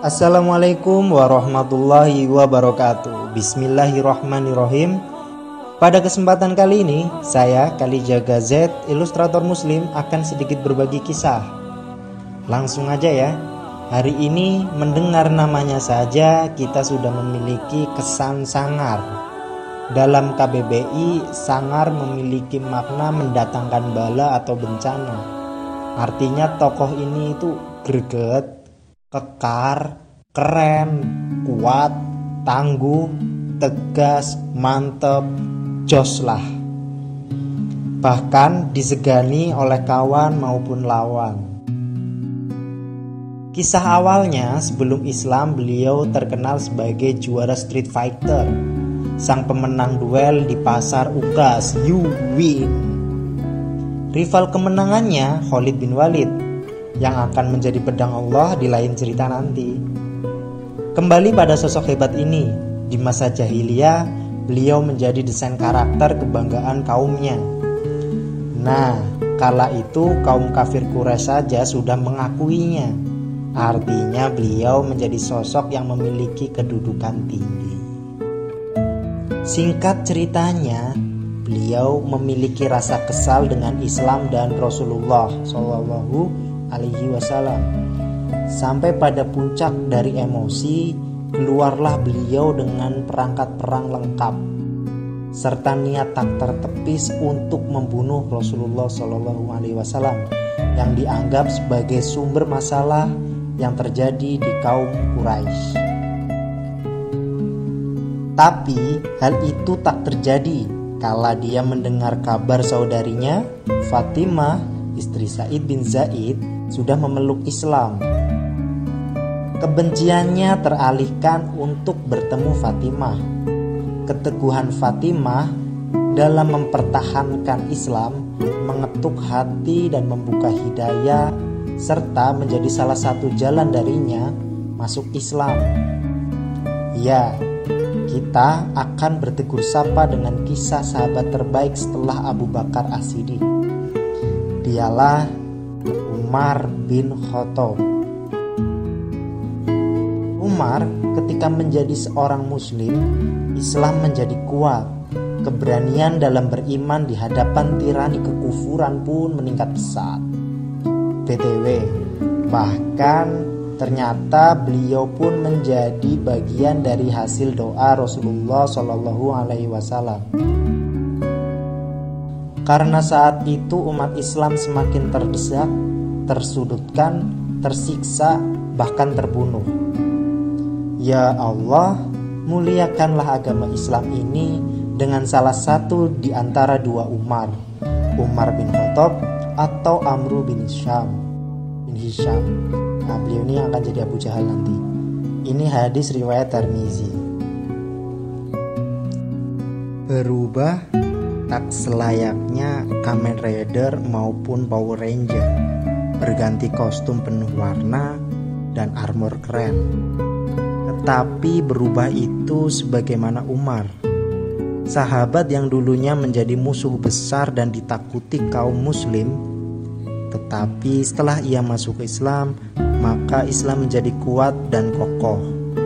Assalamualaikum warahmatullahi wabarakatuh. Bismillahirrahmanirrahim. Pada kesempatan kali ini, saya Kalijaga Z, ilustrator muslim, akan sedikit berbagi kisah. Langsung aja ya. Hari ini mendengar namanya saja kita sudah memiliki kesan sangar. Dalam KBBI, sangar memiliki makna mendatangkan bala atau bencana. Artinya tokoh ini itu greget, kekar, keren, kuat, tangguh, tegas, mantep, jos lah. Bahkan disegani oleh kawan maupun lawan. Kisah awalnya, sebelum Islam beliau terkenal sebagai juara street fighter, sang pemenang duel di pasar Ukas, you win. Rival kemenangannya Khalid bin Walid, yang akan menjadi pedang Allah di lain cerita nanti. Kembali pada sosok hebat ini, di masa jahiliyah beliau menjadi desain karakter kebanggaan kaumnya. Nah, kala itu kaum kafir Quraisy saja sudah mengakuinya. Artinya beliau menjadi sosok yang memiliki kedudukan tinggi. Singkat ceritanya, beliau memiliki rasa kesal dengan Islam dan Rasulullah Shallallahu Alaihi Wasallam. Sampai pada puncak dari emosi, keluarlah beliau dengan perangkat perang lengkap serta niat tak tertepis untuk membunuh Rasulullah Shallallahu Alaihi Wasallam yang dianggap sebagai sumber masalah yang terjadi di kaum Quraisy. Tapi hal itu tak terjadi kala dia mendengar kabar saudarinya Fatimah, istri Sa'id bin Zaid, sudah memeluk Islam. Kebenciannya teralihkan untuk bertemu Fatimah. Keteguhan Fatimah dalam mempertahankan Islam mengetuk hati dan membuka hidayah, serta menjadi salah satu jalan darinya masuk Islam. Ya, kita akan bertegur sapa dengan kisah sahabat terbaik setelah Abu Bakar As-Siddiq. Dialah Umar bin Khattab. Umar ketika menjadi seorang muslim, Islam menjadi kuat. Keberanian dalam beriman di hadapan tirani kekufuran pun meningkat pesat. BTW, bahkan ternyata beliau pun menjadi bagian dari hasil doa Rasulullah Shallallahu Alaihi Wasallam. Karena saat itu umat Islam semakin terdesak, tersudutkan, tersiksa, bahkan terbunuh. Ya Allah, muliakanlah agama Islam ini dengan salah satu di antara dua Umar bin Khattab atau Amr bin Hisham. Nah, beliau ini akan jadi Abu Jahal nanti. Ini hadis riwayat Tirmizi. Berubah tak selayaknya Kamen Rider maupun Power Ranger, berganti kostum penuh warna dan armor keren. Tetapi berubah itu sebagaimana Umar, sahabat yang dulunya menjadi musuh besar dan ditakuti kaum muslim, tetapi setelah ia masuk ke Islam, maka Islam menjadi kuat dan kokoh.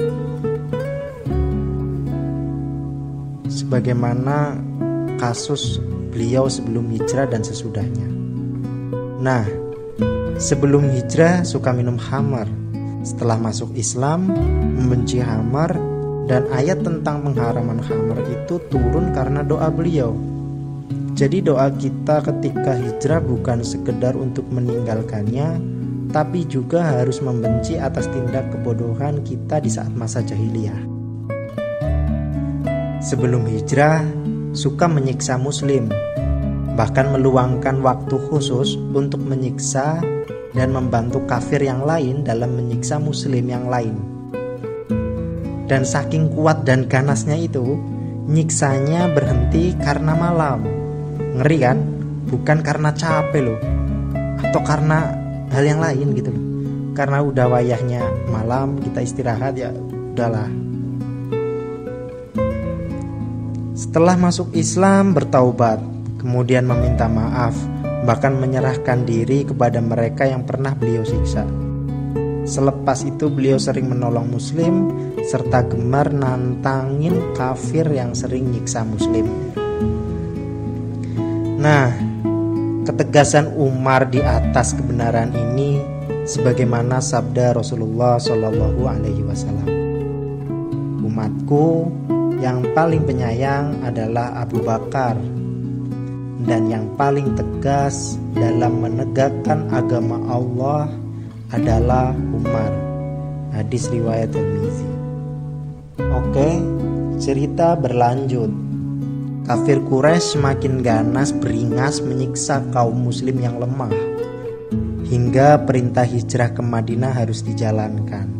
Sebagaimana kasus beliau sebelum hijrah dan sesudahnya. Nah, sebelum hijrah suka minum khamar. Setelah masuk Islam, membenci khamar, dan ayat tentang pengharaman khamar itu turun karena doa beliau. Jadi doa kita ketika hijrah bukan sekedar untuk meninggalkannya, tapi juga harus membenci atas tindak kebodohan kita di saat masa jahiliyah. Sebelum hijrah, suka menyiksa muslim, bahkan meluangkan waktu khusus untuk menyiksa dan membantu kafir yang lain dalam menyiksa muslim yang lain. Dan saking kuat dan ganasnya itu, nyiksanya berhenti karena malam. Ngeri kan? Bukan karena capek loh, atau karena hal yang lain gitu loh. Karena udah wayahnya malam, kita istirahat, ya udahlah. Setelah masuk Islam, bertaubat, kemudian meminta maaf, bahkan menyerahkan diri kepada mereka yang pernah beliau siksa. Selepas itu beliau sering menolong muslim serta gemar nantangin kafir yang sering nyiksa muslim. Nah, ketegasan Umar di atas kebenaran ini sebagaimana sabda Rasulullah Shallallahu Alaihi Wasallam. Umatku yang paling penyayang adalah Abu Bakar, dan yang paling tegas dalam menegakkan agama Allah adalah Umar. Hadis riwayat Tirmidzi. Oke, cerita berlanjut. Kafir Quraisy semakin ganas beringas menyiksa kaum muslim yang lemah, hingga perintah hijrah ke Madinah harus dijalankan.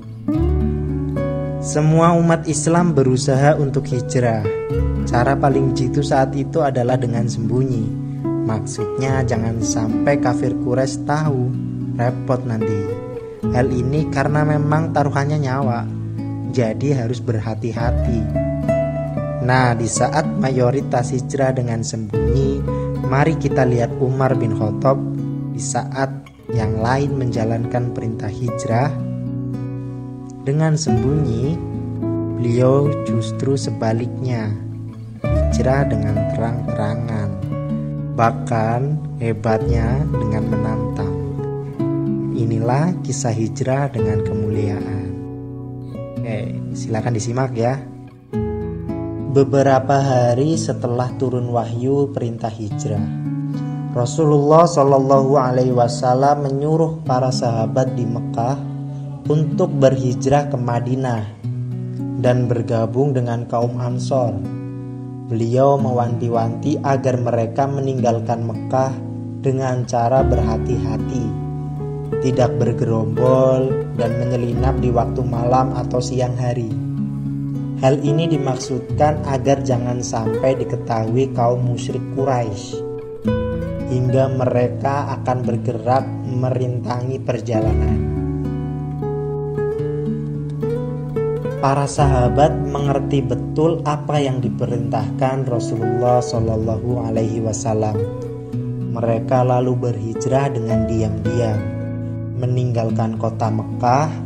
Semua umat Islam berusaha untuk hijrah. Cara paling jitu saat itu adalah dengan sembunyi. Maksudnya jangan sampai kafir Quraisy tahu, repot nanti. Hal ini karena memang taruhannya nyawa, jadi harus berhati-hati. Nah, di saat mayoritas hijrah dengan sembunyi, mari kita lihat Umar bin Khattab di saat yang lain menjalankan perintah hijrah dengan sembunyi. Beliau justru sebaliknya, hijrah dengan terang-terangan, bahkan hebatnya dengan menantang. Inilah kisah hijrah dengan kemuliaan. Oke, silakan disimak ya. Beberapa hari setelah turun wahyu perintah hijrah, Rasulullah Shallallahu Alaihi Wasallam menyuruh para sahabat di Mekah untuk berhijrah ke Madinah dan bergabung dengan kaum Ansor. Beliau mewanti-wanti agar mereka meninggalkan Mekah dengan cara berhati-hati, tidak bergerombol dan menyelinap di waktu malam atau siang hari. Hal ini dimaksudkan agar jangan sampai diketahui kaum musyrik Quraisy, hingga mereka akan bergerak merintangi perjalanan. Para sahabat mengerti betul apa yang diperintahkan Rasulullah Shallallahu Alaihi Wasallam. Mereka lalu berhijrah dengan diam-diam, meninggalkan kota Mekah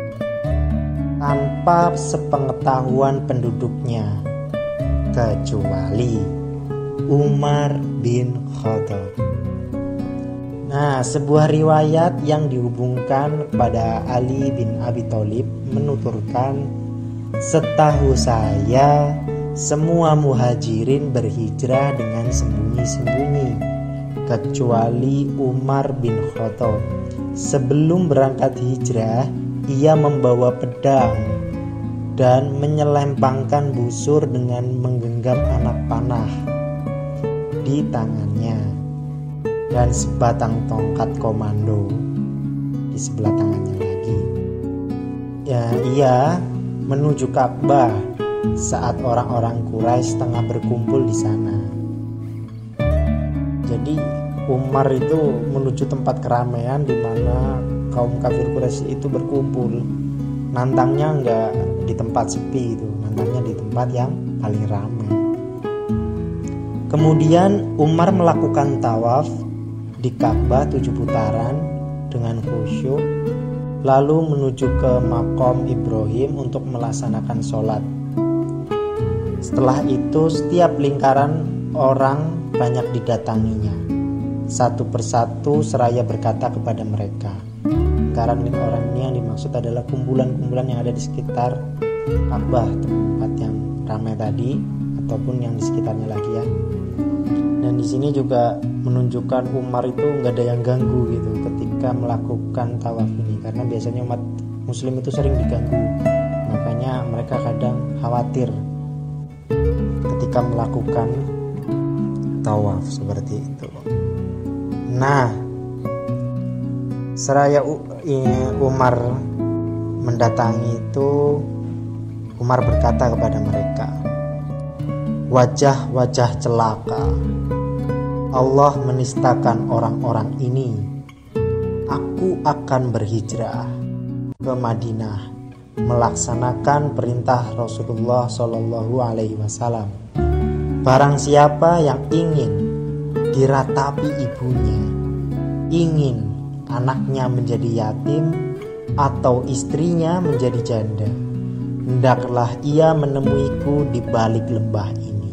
tanpa sepengetahuan penduduknya, kecuali Umar bin Khattab. Nah, sebuah riwayat yang dihubungkan kepada Ali bin Abi Thalib menuturkan, setahu saya semua muhajirin berhijrah dengan sembunyi-sembunyi, kecuali Umar bin Khattab. Sebelum berangkat hijrah, ia membawa pedang dan menyelempangkan busur dengan menggenggam anak panah di tangannya dan sebatang tongkat komando di sebelah tangannya lagi. Ya, ia menuju Ka'bah saat orang-orang Quraisy tengah berkumpul di sana. Jadi Umar itu menuju tempat keramaian di mana kaum kafir Quraisy itu berkumpul. Nantangnya enggak di tempat sepi itu, nantangnya di tempat yang paling ramai. Kemudian Umar melakukan tawaf di Ka'bah 7 putaran dengan khusyuk, lalu menuju ke Maqam Ibrahim untuk melaksanakan sholat. Setelah itu setiap lingkaran orang banyak didatanginya, satu persatu seraya berkata kepada mereka. Lingkaran orang ini yang dimaksud adalah kumpulan-kumpulan yang ada di sekitar Ka'bah, tempat yang ramai tadi, ataupun yang di sekitarnya lagi ya. Dan di sini juga menunjukkan Umar itu nggak ada yang ganggu gitu ketika melakukan tawaf ini, karena biasanya umat Muslim itu sering diganggu, makanya mereka kadang khawatir ketika melakukan tawaf seperti itu. Nah, seraya Umar mendatangi itu, Umar berkata kepada mereka, wajah-wajah celaka, Allah menistakan orang-orang ini. Aku akan berhijrah ke Madinah melaksanakan perintah Rasulullah Shallallahu Alaihi Wasallam. Barang siapa yang ingin diratapi ibunya, ingin anaknya menjadi yatim, atau istrinya menjadi janda, hendaklah ia menemuiku di balik lembah ini.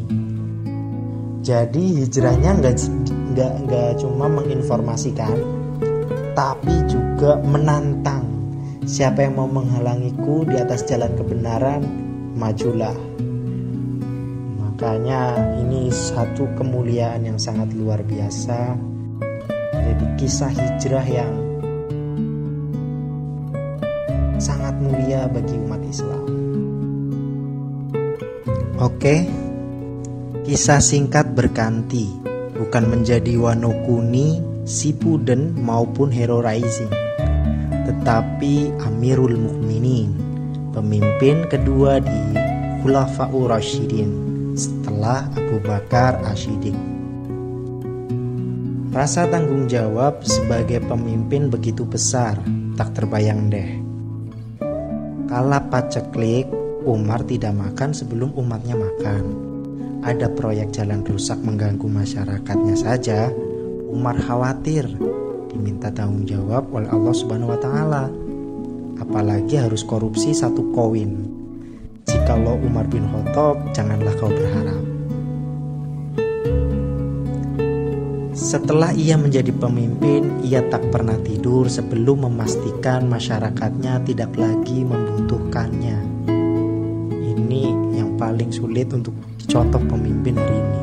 Jadi hijrahnya nggak cuma menginformasikan, tapi juga menantang. Siapa yang mau menghalangiku di atas jalan kebenaran, majulah. Makanya ini satu kemuliaan yang sangat luar biasa. Jadi kisah hijrah yang sangat mulia bagi umat Islam. Oke, kisah singkat berganti, bukan menjadi Wano Kuni, Shippuden maupun Hero Rising, tetapi Amirul Mukminin, pemimpin kedua di Khulafaur Rasyidin setelah Abu Bakar As-Siddiq. Rasa tanggung jawab sebagai pemimpin begitu besar, tak terbayang deh. Kala paceklik, Umar tidak makan sebelum umatnya makan. Ada proyek jalan rusak mengganggu masyarakatnya saja, Umar khawatir diminta tanggung jawab oleh Allah Subhanahu wa taala. Apalagi harus korupsi 1 koin. Jikalau Umar bin Khattab, janganlah kau berharap. Setelah ia menjadi pemimpin, ia tak pernah tidur sebelum memastikan masyarakatnya tidak lagi membutuhkannya. Ini yang paling sulit untuk dicontoh pemimpin hari ini.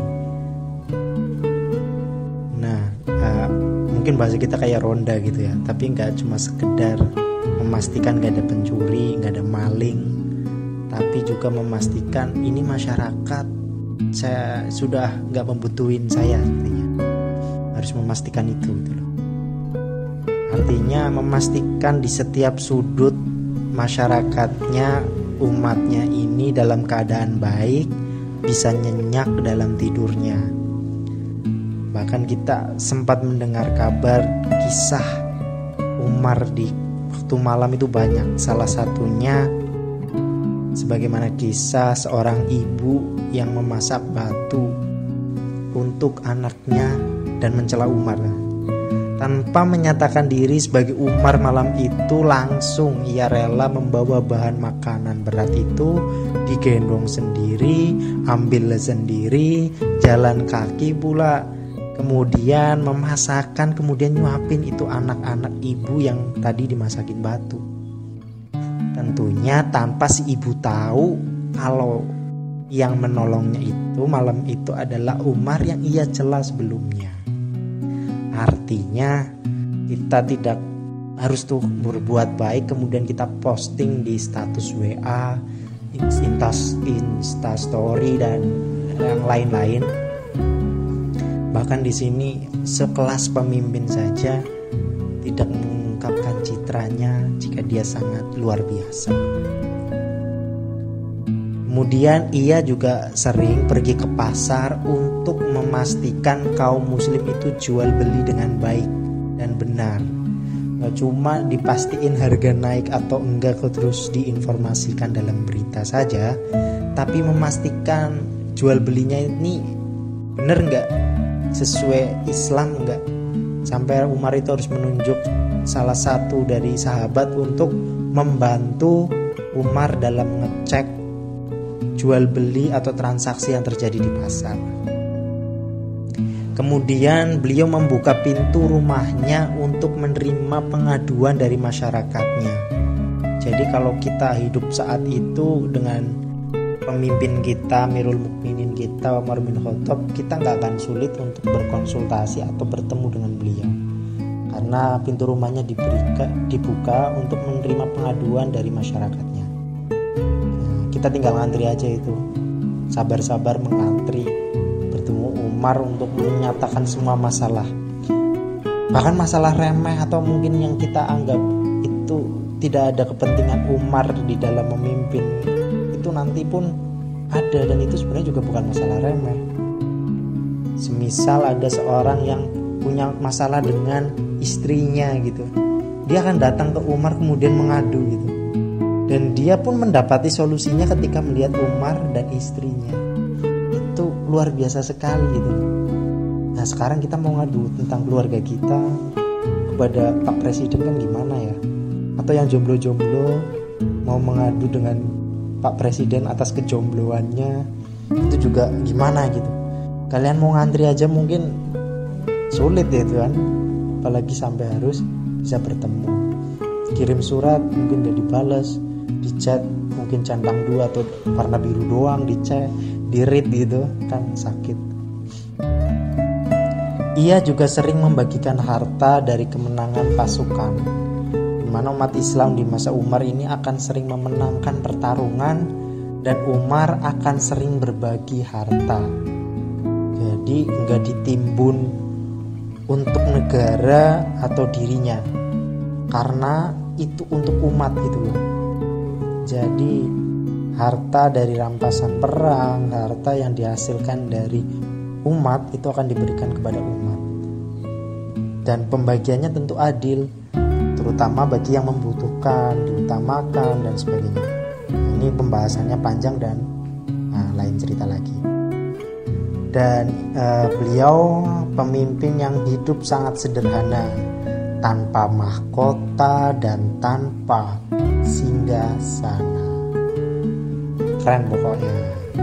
Nah, mungkin bahasa kita kayak ronda gitu ya, tapi nggak cuma sekedar memastikan nggak ada pencuri, nggak ada maling, tapi juga memastikan ini masyarakat saya sudah nggak membutuhin saya, artinya harus memastikan itu gitu loh. Artinya memastikan di setiap sudut masyarakatnya, umatnya ini dalam keadaan baik, bisa nyenyak dalam tidurnya. Bahkan kita sempat mendengar kabar kisah Umar di waktu malam itu banyak. Salah satunya sebagaimana kisah seorang ibu yang memasak batu untuk anaknya dan mencela Umar. Tanpa menyatakan diri sebagai Umar malam itu, langsung ia rela membawa bahan makanan berat itu, digendong sendiri, ambil sendiri, jalan kaki pula. Kemudian memasakkan, kemudian nyuapin itu anak-anak ibu yang tadi dimasakin batu. Tentunya tanpa si ibu tahu kalau yang menolongnya itu malam itu adalah Umar yang ia cela sebelumnya. Artinya kita tidak harus tuh berbuat baik kemudian kita posting di status WA, Insta Story dan yang lain-lain. Bahkan di sini sekelas pemimpin saja tidak mengungkapkan citranya jika dia sangat luar biasa. Kemudian ia juga sering pergi ke pasar untuk memastikan kaum muslim itu jual beli dengan baik dan benar. Gak cuma dipastiin harga naik atau enggak terus diinformasikan dalam berita saja, tapi memastikan jual belinya ini benar enggak, sesuai Islam enggak. Sampai Umar itu harus menunjuk salah satu dari sahabat untuk membantu Umar dalam ngecek jual beli atau transaksi yang terjadi di pasar. Kemudian beliau membuka pintu rumahnya untuk menerima pengaduan dari masyarakatnya. Jadi kalau kita hidup saat itu dengan pemimpin kita, Amirul Mukminin kita, Umar bin Khattab, kita gak akan sulit untuk berkonsultasi atau bertemu dengan beliau. Karena pintu rumahnya dibuka untuk menerima pengaduan dari masyarakatnya. Kita tinggal ngantri aja itu, sabar-sabar mengantri bertemu Umar untuk menyatakan semua masalah. Bahkan masalah remeh atau mungkin yang kita anggap itu tidak ada kepentingan Umar di dalam memimpin, itu nanti pun ada, dan itu sebenarnya juga bukan masalah remeh. Semisal ada seorang yang punya masalah dengan istrinya gitu, dia akan datang ke Umar kemudian mengadu gitu. Dan dia pun mendapati solusinya ketika melihat Umar dan istrinya. Itu luar biasa sekali gitu. Nah sekarang kita mau ngadu tentang keluarga kita kepada Pak Presiden kan gimana ya? atau yang jomblo-jomblo mau mengadu dengan Pak Presiden atas kejombloannya, itu juga gimana gitu. Kalian mau ngantri aja mungkin sulit ya itu kan, apalagi sampai harus bisa bertemu. Kirim surat mungkin gak dibales, di chat mungkin centang 2 atau warna biru doang, di chat, di read gitu kan, sakit. Ia juga sering membagikan harta dari kemenangan pasukan, di mana umat Islam di masa Umar ini akan sering memenangkan pertarungan dan Umar akan sering berbagi harta. Jadi enggak ditimbun untuk negara atau dirinya, karena itu untuk umat gitu loh. Jadi harta dari rampasan perang, harta yang dihasilkan dari umat itu akan diberikan kepada umat. Dan pembagiannya tentu adil, terutama bagi yang membutuhkan, diutamakan dan sebagainya. Ini pembahasannya panjang dan lain cerita lagi. Dan beliau pemimpin yang hidup sangat sederhana, tanpa mahkota dan tanpa singgasana. Keren pokoknya.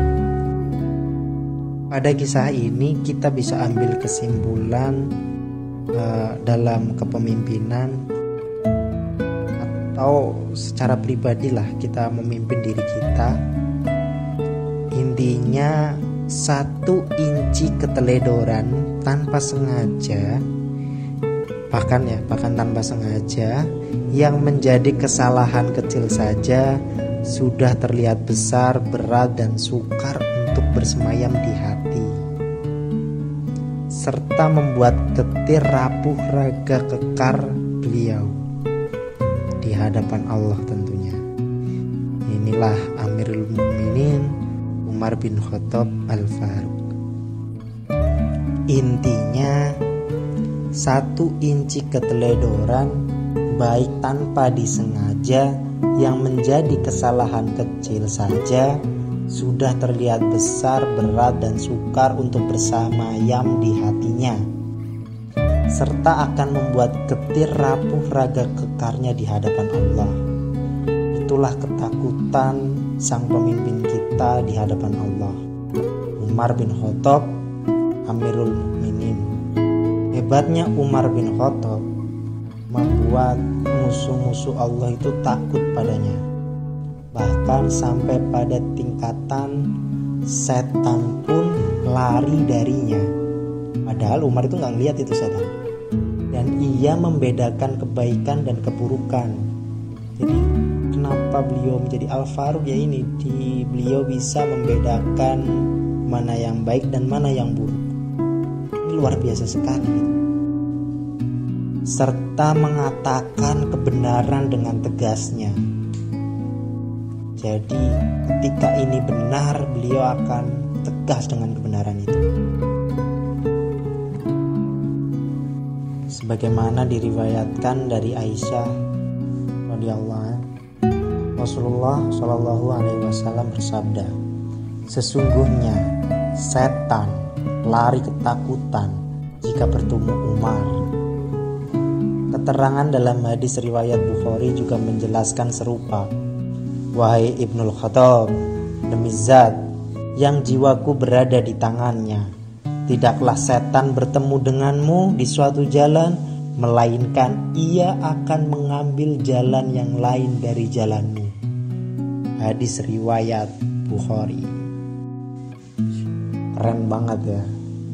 Pada kisah ini kita bisa ambil kesimpulan dalam kepemimpinan, atau secara pribadi lah kita memimpin diri kita. Intinya 1 inci keteledoran tanpa sengaja, bahkan tanpa sengaja, yang menjadi kesalahan kecil saja sudah terlihat besar, berat dan sukar untuk bersemayam di hati, serta membuat getir rapuh raga kekar beliau di hadapan Allah tentunya. Inilah Amirul Mukminin Umar bin Khattab Al-Faruq. Intinya 1 inci keteledoran baik tanpa disengaja yang menjadi kesalahan kecil saja sudah terlihat besar, berat dan sukar untuk bersemayam di hatinya, serta akan membuat getir rapuh raga kekarnya di hadapan Allah. Itulah ketakutan sang pemimpin kita di hadapan Allah, Umar bin Khattab Amirul Mukminin. Hebatnya Umar bin Khattab membuat musuh-musuh Allah itu takut padanya, bahkan sampai pada tingkatan setan pun lari darinya. Padahal Umar itu gak ngeliat itu setan, dan ia membedakan kebaikan dan keburukan. Jadi kenapa beliau menjadi Al-Faruq ya ini, beliau bisa membedakan mana yang baik dan mana yang buruk. Ini luar biasa sekali gitu. Serta mengatakan kebenaran dengan tegasnya. Jadi ketika ini benar, beliau akan tegas dengan kebenaran itu. Sebagaimana diriwayatkan dari Aisyah radhiyallahu anha, Rasulullah Shallallahu Alaihi Wasallam bersabda, sesungguhnya setan lari ketakutan jika bertemu Umar. Keterangan dalam hadis riwayat Bukhari juga menjelaskan serupa. Wahai Ibnul Khattab, demi zat yang jiwaku berada di tangannya, tidaklah setan bertemu denganmu di suatu jalan, melainkan ia akan mengambil jalan yang lain dari jalanmu. Hadis riwayat Bukhari. Keren banget ya.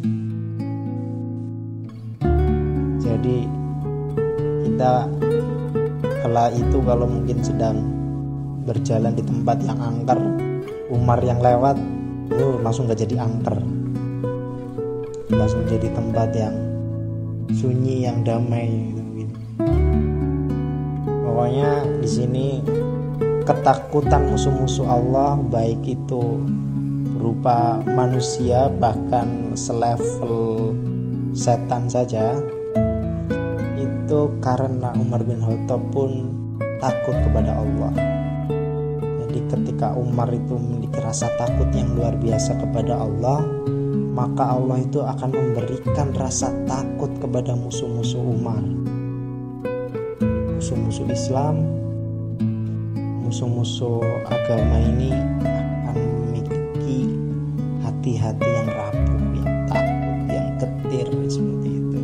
Jadi kita kalau mungkin sedang berjalan di tempat yang angker, Umar yang lewat langsung gak jadi angker, langsung jadi tempat yang sunyi, yang damai gitu. Pokoknya di sini ketakutan musuh-musuh Allah, baik itu berupa manusia bahkan selevel setan saja, itu karena Umar bin Khattab pun takut kepada Allah. Jadi ketika Umar itu memiliki rasa takut yang luar biasa kepada Allah, maka Allah itu akan memberikan rasa takut kepada musuh-musuh Umar. musuh-musuh Islam, musuh-musuh agama ini akan memiliki hati-hati yang rapuh, yang takut, yang getir, seperti itu.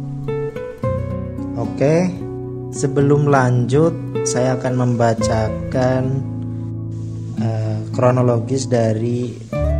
Oke, sebelum lanjut saya akan membacakan kronologis dari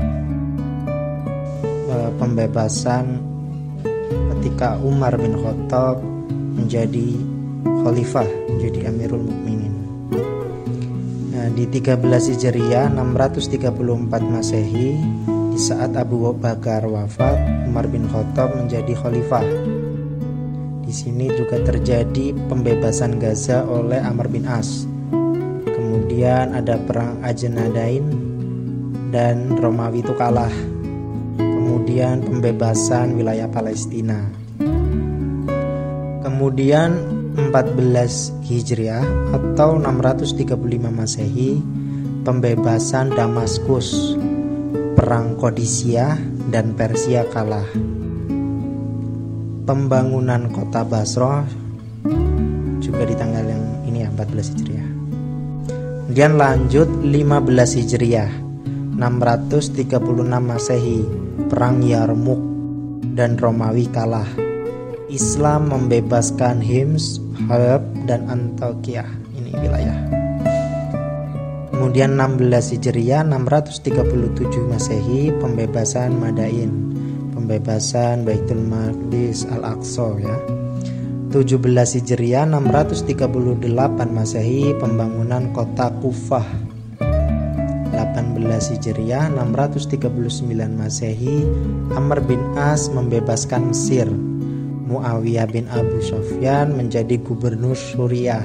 pembebasan ketika Umar bin Khattab menjadi khalifah, menjadi Amirul Mukminin. Nah, di 13 Hijriah 634 Masehi, di saat Abu Bakar wafat, Umar bin Khattab menjadi khalifah. Di sini juga terjadi pembebasan Gaza oleh Amr bin As. Kemudian ada perang Ajnadain dan Romawi itu kalah. Kemudian pembebasan wilayah Palestina. Kemudian 14 Hijriah atau 635 Masehi, pembebasan Damaskus, perang Qadisiyah dan Persia kalah. Pembangunan kota Basrah juga di tanggal yang ini ya, 14 Hijriah. Kemudian lanjut 15 Hijriah 636 Masehi, perang Yarmuk dan Romawi kalah. Islam membebaskan Hims, Halab dan Antakya, ini wilayah. Kemudian 16 Hijriah 637 Masehi, pembebasan Madain, pembebasan Baitul Maqdis Al-Aqsa ya. 17 Hijriah 638 Masehi, pembangunan kota Kufah. 18 Hijriah 639 Masehi, Amr bin As membebaskan Mesir. Muawiyah bin Abu Sufyan menjadi gubernur Suriah.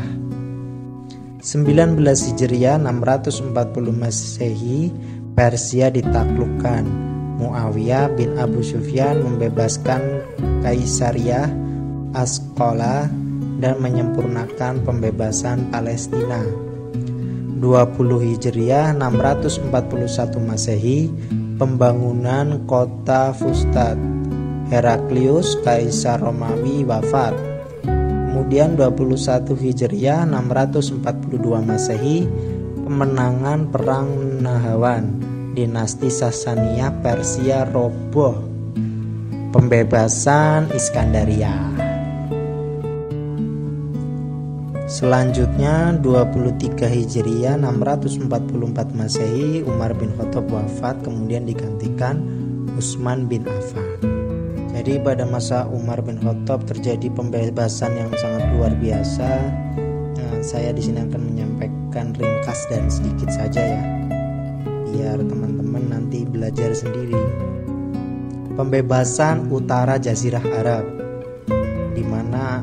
19 Hijriah 640 Masehi, Persia ditaklukkan. Muawiyah bin Abu Sufyan membebaskan Kaisariah Asqala dan menyempurnakan pembebasan Palestina. 20 Hijriah 641 Masehi, pembangunan kota Fustat. Heraklius, Kaisar Romawi wafat. Kemudian 21 Hijriah 642 Masehi, pemenangan perang Nahawan. Dinasti Sasaniyah Persia roboh. Pembebasan Iskandaria. Selanjutnya 23 Hijriah 644 Masehi, Umar bin Khattab wafat, kemudian digantikan Utsman bin Affan. Jadi pada masa Umar bin Khattab terjadi pembebasan yang sangat luar biasa. Nah, saya di sini akan menyampaikan ringkas dan sedikit saja ya, biar teman-teman nanti belajar sendiri. Pembebasan utara Jazirah Arab, di mana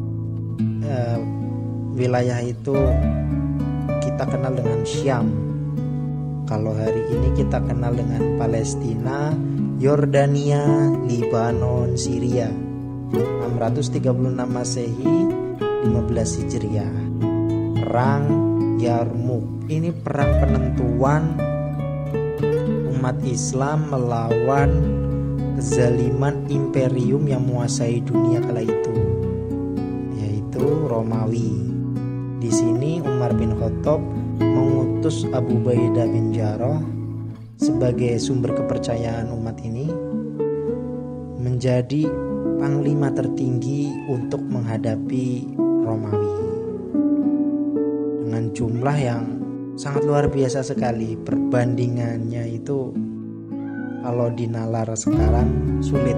wilayah itu kita kenal dengan Syam. Kalau hari ini kita kenal dengan Palestina, Yordania, Libanon, Syria. 636 Masehi, 15 Hijriah. Perang Yarmuk. Ini perang penentuan umat Islam melawan kezaliman imperium yang menguasai dunia kala itu, yaitu Romawi. Di sini Umar bin Khattab mengutus Abu Ubaidah bin Jarrah sebagai sumber kepercayaan umat ini menjadi panglima tertinggi untuk menghadapi Romawi dengan jumlah yang sangat luar biasa sekali. Perbandingannya itu kalau dinalar sekarang sulit.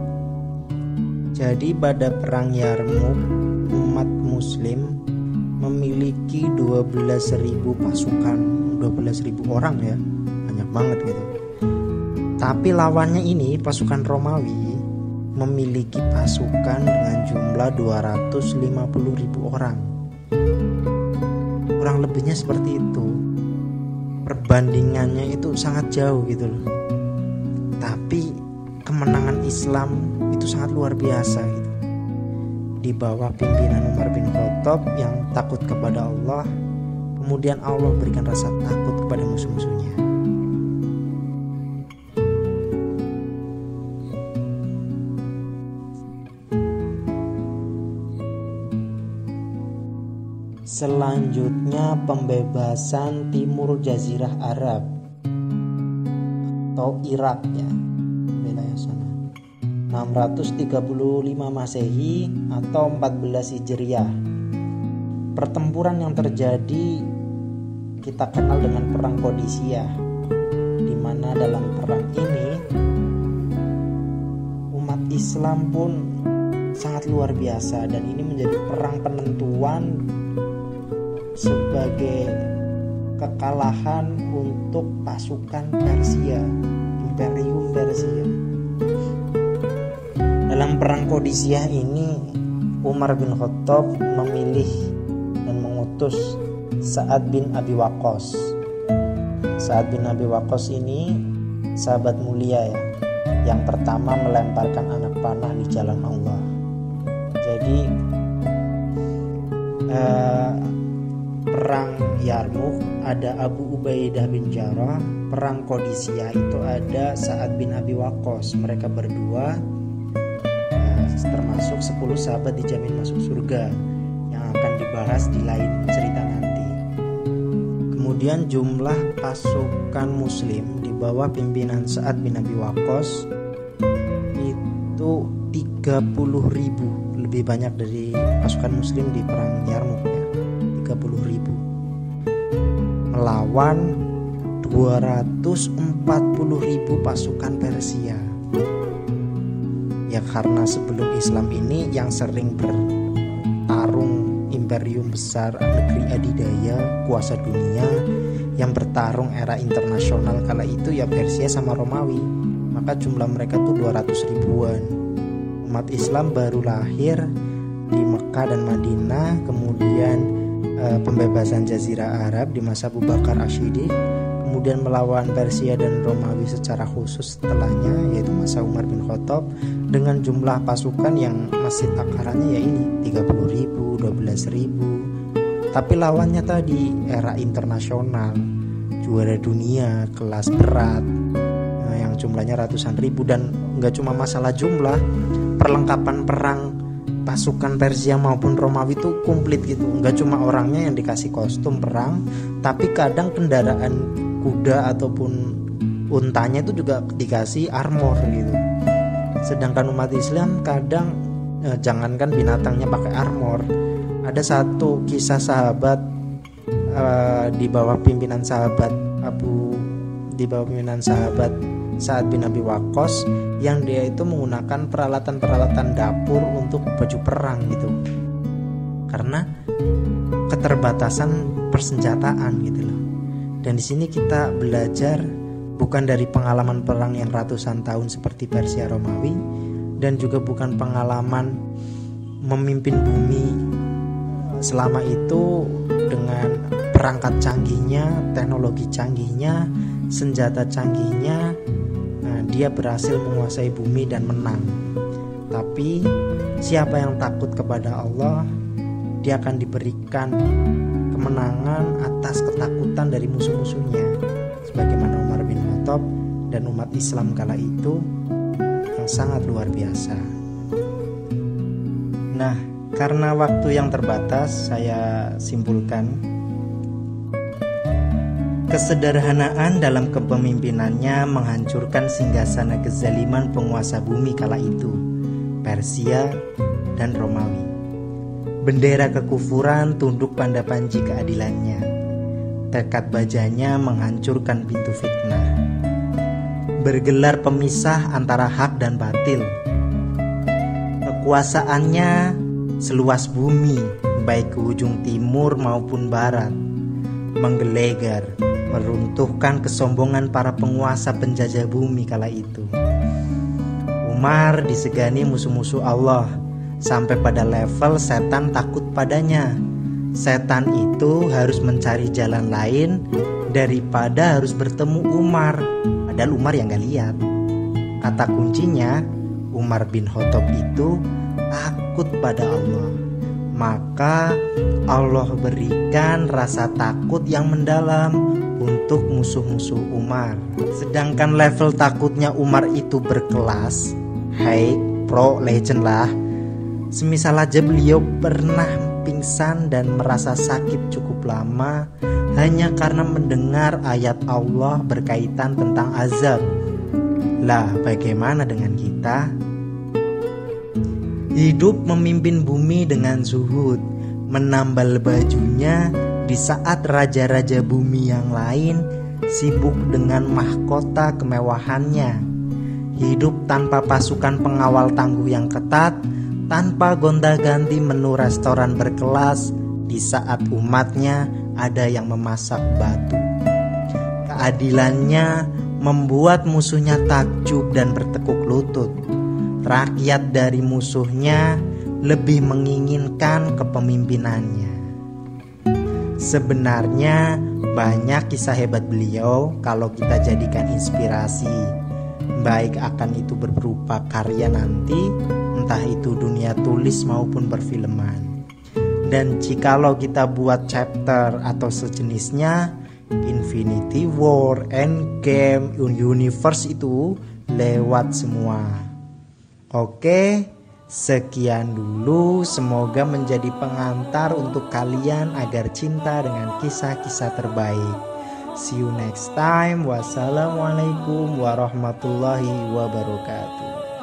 Jadi pada perang Yarmuk, umat muslim memiliki 12.000 pasukan, 12.000 orang ya, banyak banget gitu. Tapi lawannya ini pasukan Romawi memiliki pasukan dengan jumlah 250.000 orang. Kurang lebihnya seperti itu. Perbandingannya itu sangat jauh gitu loh. Tapi kemenangan Islam itu sangat luar biasa gitu. Di bawah pimpinan Umar bin Khattab yang takut kepada Allah, kemudian Allah berikan rasa takut kepada musuh-musuhnya. Selanjutnya pembebasan timur Jazirah Arab atau Irak ya, wilayah sana. 635 Masehi atau 14 Hijriah. Pertempuran yang terjadi kita kenal dengan Perang Qadisiyah, di mana dalam perang ini umat Islam pun sangat luar biasa, dan ini menjadi perang penentuan sebagai kekalahan untuk pasukan Persia, Imperium Persia. Dalam perang Qadisiyah ini Umar bin Khattab memilih dan mengutus Sa'ad bin Abi Waqqas. Sa'ad bin Abi Waqqas ini sahabat mulia ya, yang pertama melemparkan anak panah di jalan Allah. Jadi perang Yarmuk ada Abu Ubaidah bin Jarrah, perang Qadisiyah itu ada Sa'ad bin Abi Waqqas. Mereka berdua termasuk 10 sahabat dijamin masuk surga, yang akan dibahas di lain cerita nanti. Kemudian jumlah pasukan muslim di bawah pimpinan Sa'ad bin Abi Waqqas itu 30.000, lebih banyak dari pasukan muslim di perang Yarmuk ya, 30.000 melawan 240.000 pasukan Persia. Ya karena sebelum Islam ini yang sering bertarung imperium besar, negeri adidaya, kuasa dunia, yang bertarung era internasional kala itu ya Persia sama Romawi. Maka jumlah mereka tuh 200 ribuan. Umat Islam baru lahir di Mekah dan Madinah, kemudian pembebasan Jazirah Arab di masa Abu Bakar Ash-Shiddiq, kemudian melawan Persia dan Romawi secara khusus setelahnya, yaitu masa Umar bin Khattab, dengan jumlah pasukan yang masih takarannya ya ini 30.000, 12.000. Tapi lawannya tadi era internasional, juara dunia kelas berat, yang jumlahnya ratusan ribu. Dan gak cuma masalah jumlah, perlengkapan perang pasukan Persia maupun Romawi itu komplit gitu. Nggak cuma orangnya yang dikasih kostum perang, tapi kadang kendaraan kuda ataupun untanya itu juga dikasih armor gitu. Sedangkan umat Islam kadang jangankan binatangnya pakai armor. Ada satu kisah sahabat di bawah pimpinan sahabat Sa'ad bin Abi Waqqas, yang dia itu menggunakan peralatan-peralatan dapur untuk baju perang gitu, karena keterbatasan persenjataan gitu loh. Dan di sini kita belajar bukan dari pengalaman perang yang ratusan tahun seperti Persia Romawi, dan juga bukan pengalaman memimpin bumi selama itu dengan perangkat canggihnya, teknologi canggihnya, senjata canggihnya. Dia berhasil menguasai bumi dan menang. Tapi siapa yang takut kepada Allah, dia akan diberikan kemenangan atas ketakutan dari musuh-musuhnya, sebagaimana Umar bin Khattab dan umat Islam kala itu yang sangat luar biasa. Nah, karena waktu yang terbatas, saya simpulkan kesederhanaan dalam kepemimpinannya menghancurkan singgasana kezaliman penguasa bumi kala itu, Persia dan Romawi. Bendera kekufuran tunduk pada panji keadilannya. Tekad bajanya menghancurkan pintu fitnah. Bergelar pemisah antara hak dan batil. Kekuasaannya seluas bumi, baik ke ujung timur maupun barat, menggelegar, meruntuhkan kesombongan para penguasa penjajah bumi kala itu. Umar disegani musuh-musuh Allah, sampai pada level setan takut padanya. Setan itu harus mencari jalan lain daripada harus bertemu Umar, padahal Umar yang gak lihat. Kata kuncinya, Umar bin Khattab itu takut pada Allah. Maka Allah berikan rasa takut yang mendalam untuk musuh-musuh Umar. Sedangkan level takutnya Umar itu berkelas, high, pro, legend lah. Semisal aja beliau pernah pingsan dan merasa sakit cukup lama hanya karena mendengar ayat Allah berkaitan tentang azab. Lah, bagaimana dengan kita? Hidup memimpin bumi dengan zuhud, menambal bajunya di saat raja-raja bumi yang lain sibuk dengan mahkota kemewahannya. Hidup tanpa pasukan pengawal tangguh yang ketat, tanpa gonta-ganti menu restoran berkelas di saat umatnya ada yang memasak batu. Keadilannya membuat musuhnya takjub dan bertekuk lutut. Rakyat dari musuhnya lebih menginginkan kepemimpinannya. Sebenarnya banyak kisah hebat beliau kalau kita jadikan inspirasi, baik akan itu berupa karya nanti, entah itu dunia tulis maupun perfilman. Dan jikalau kita buat chapter atau sejenisnya, Infinity War, Endgame, Universe itu lewat semua. Oke, sekian dulu, semoga menjadi pengantar untuk kalian agar cinta dengan kisah-kisah terbaik. See you next time. Wassalamualaikum warahmatullahi wabarakatuh.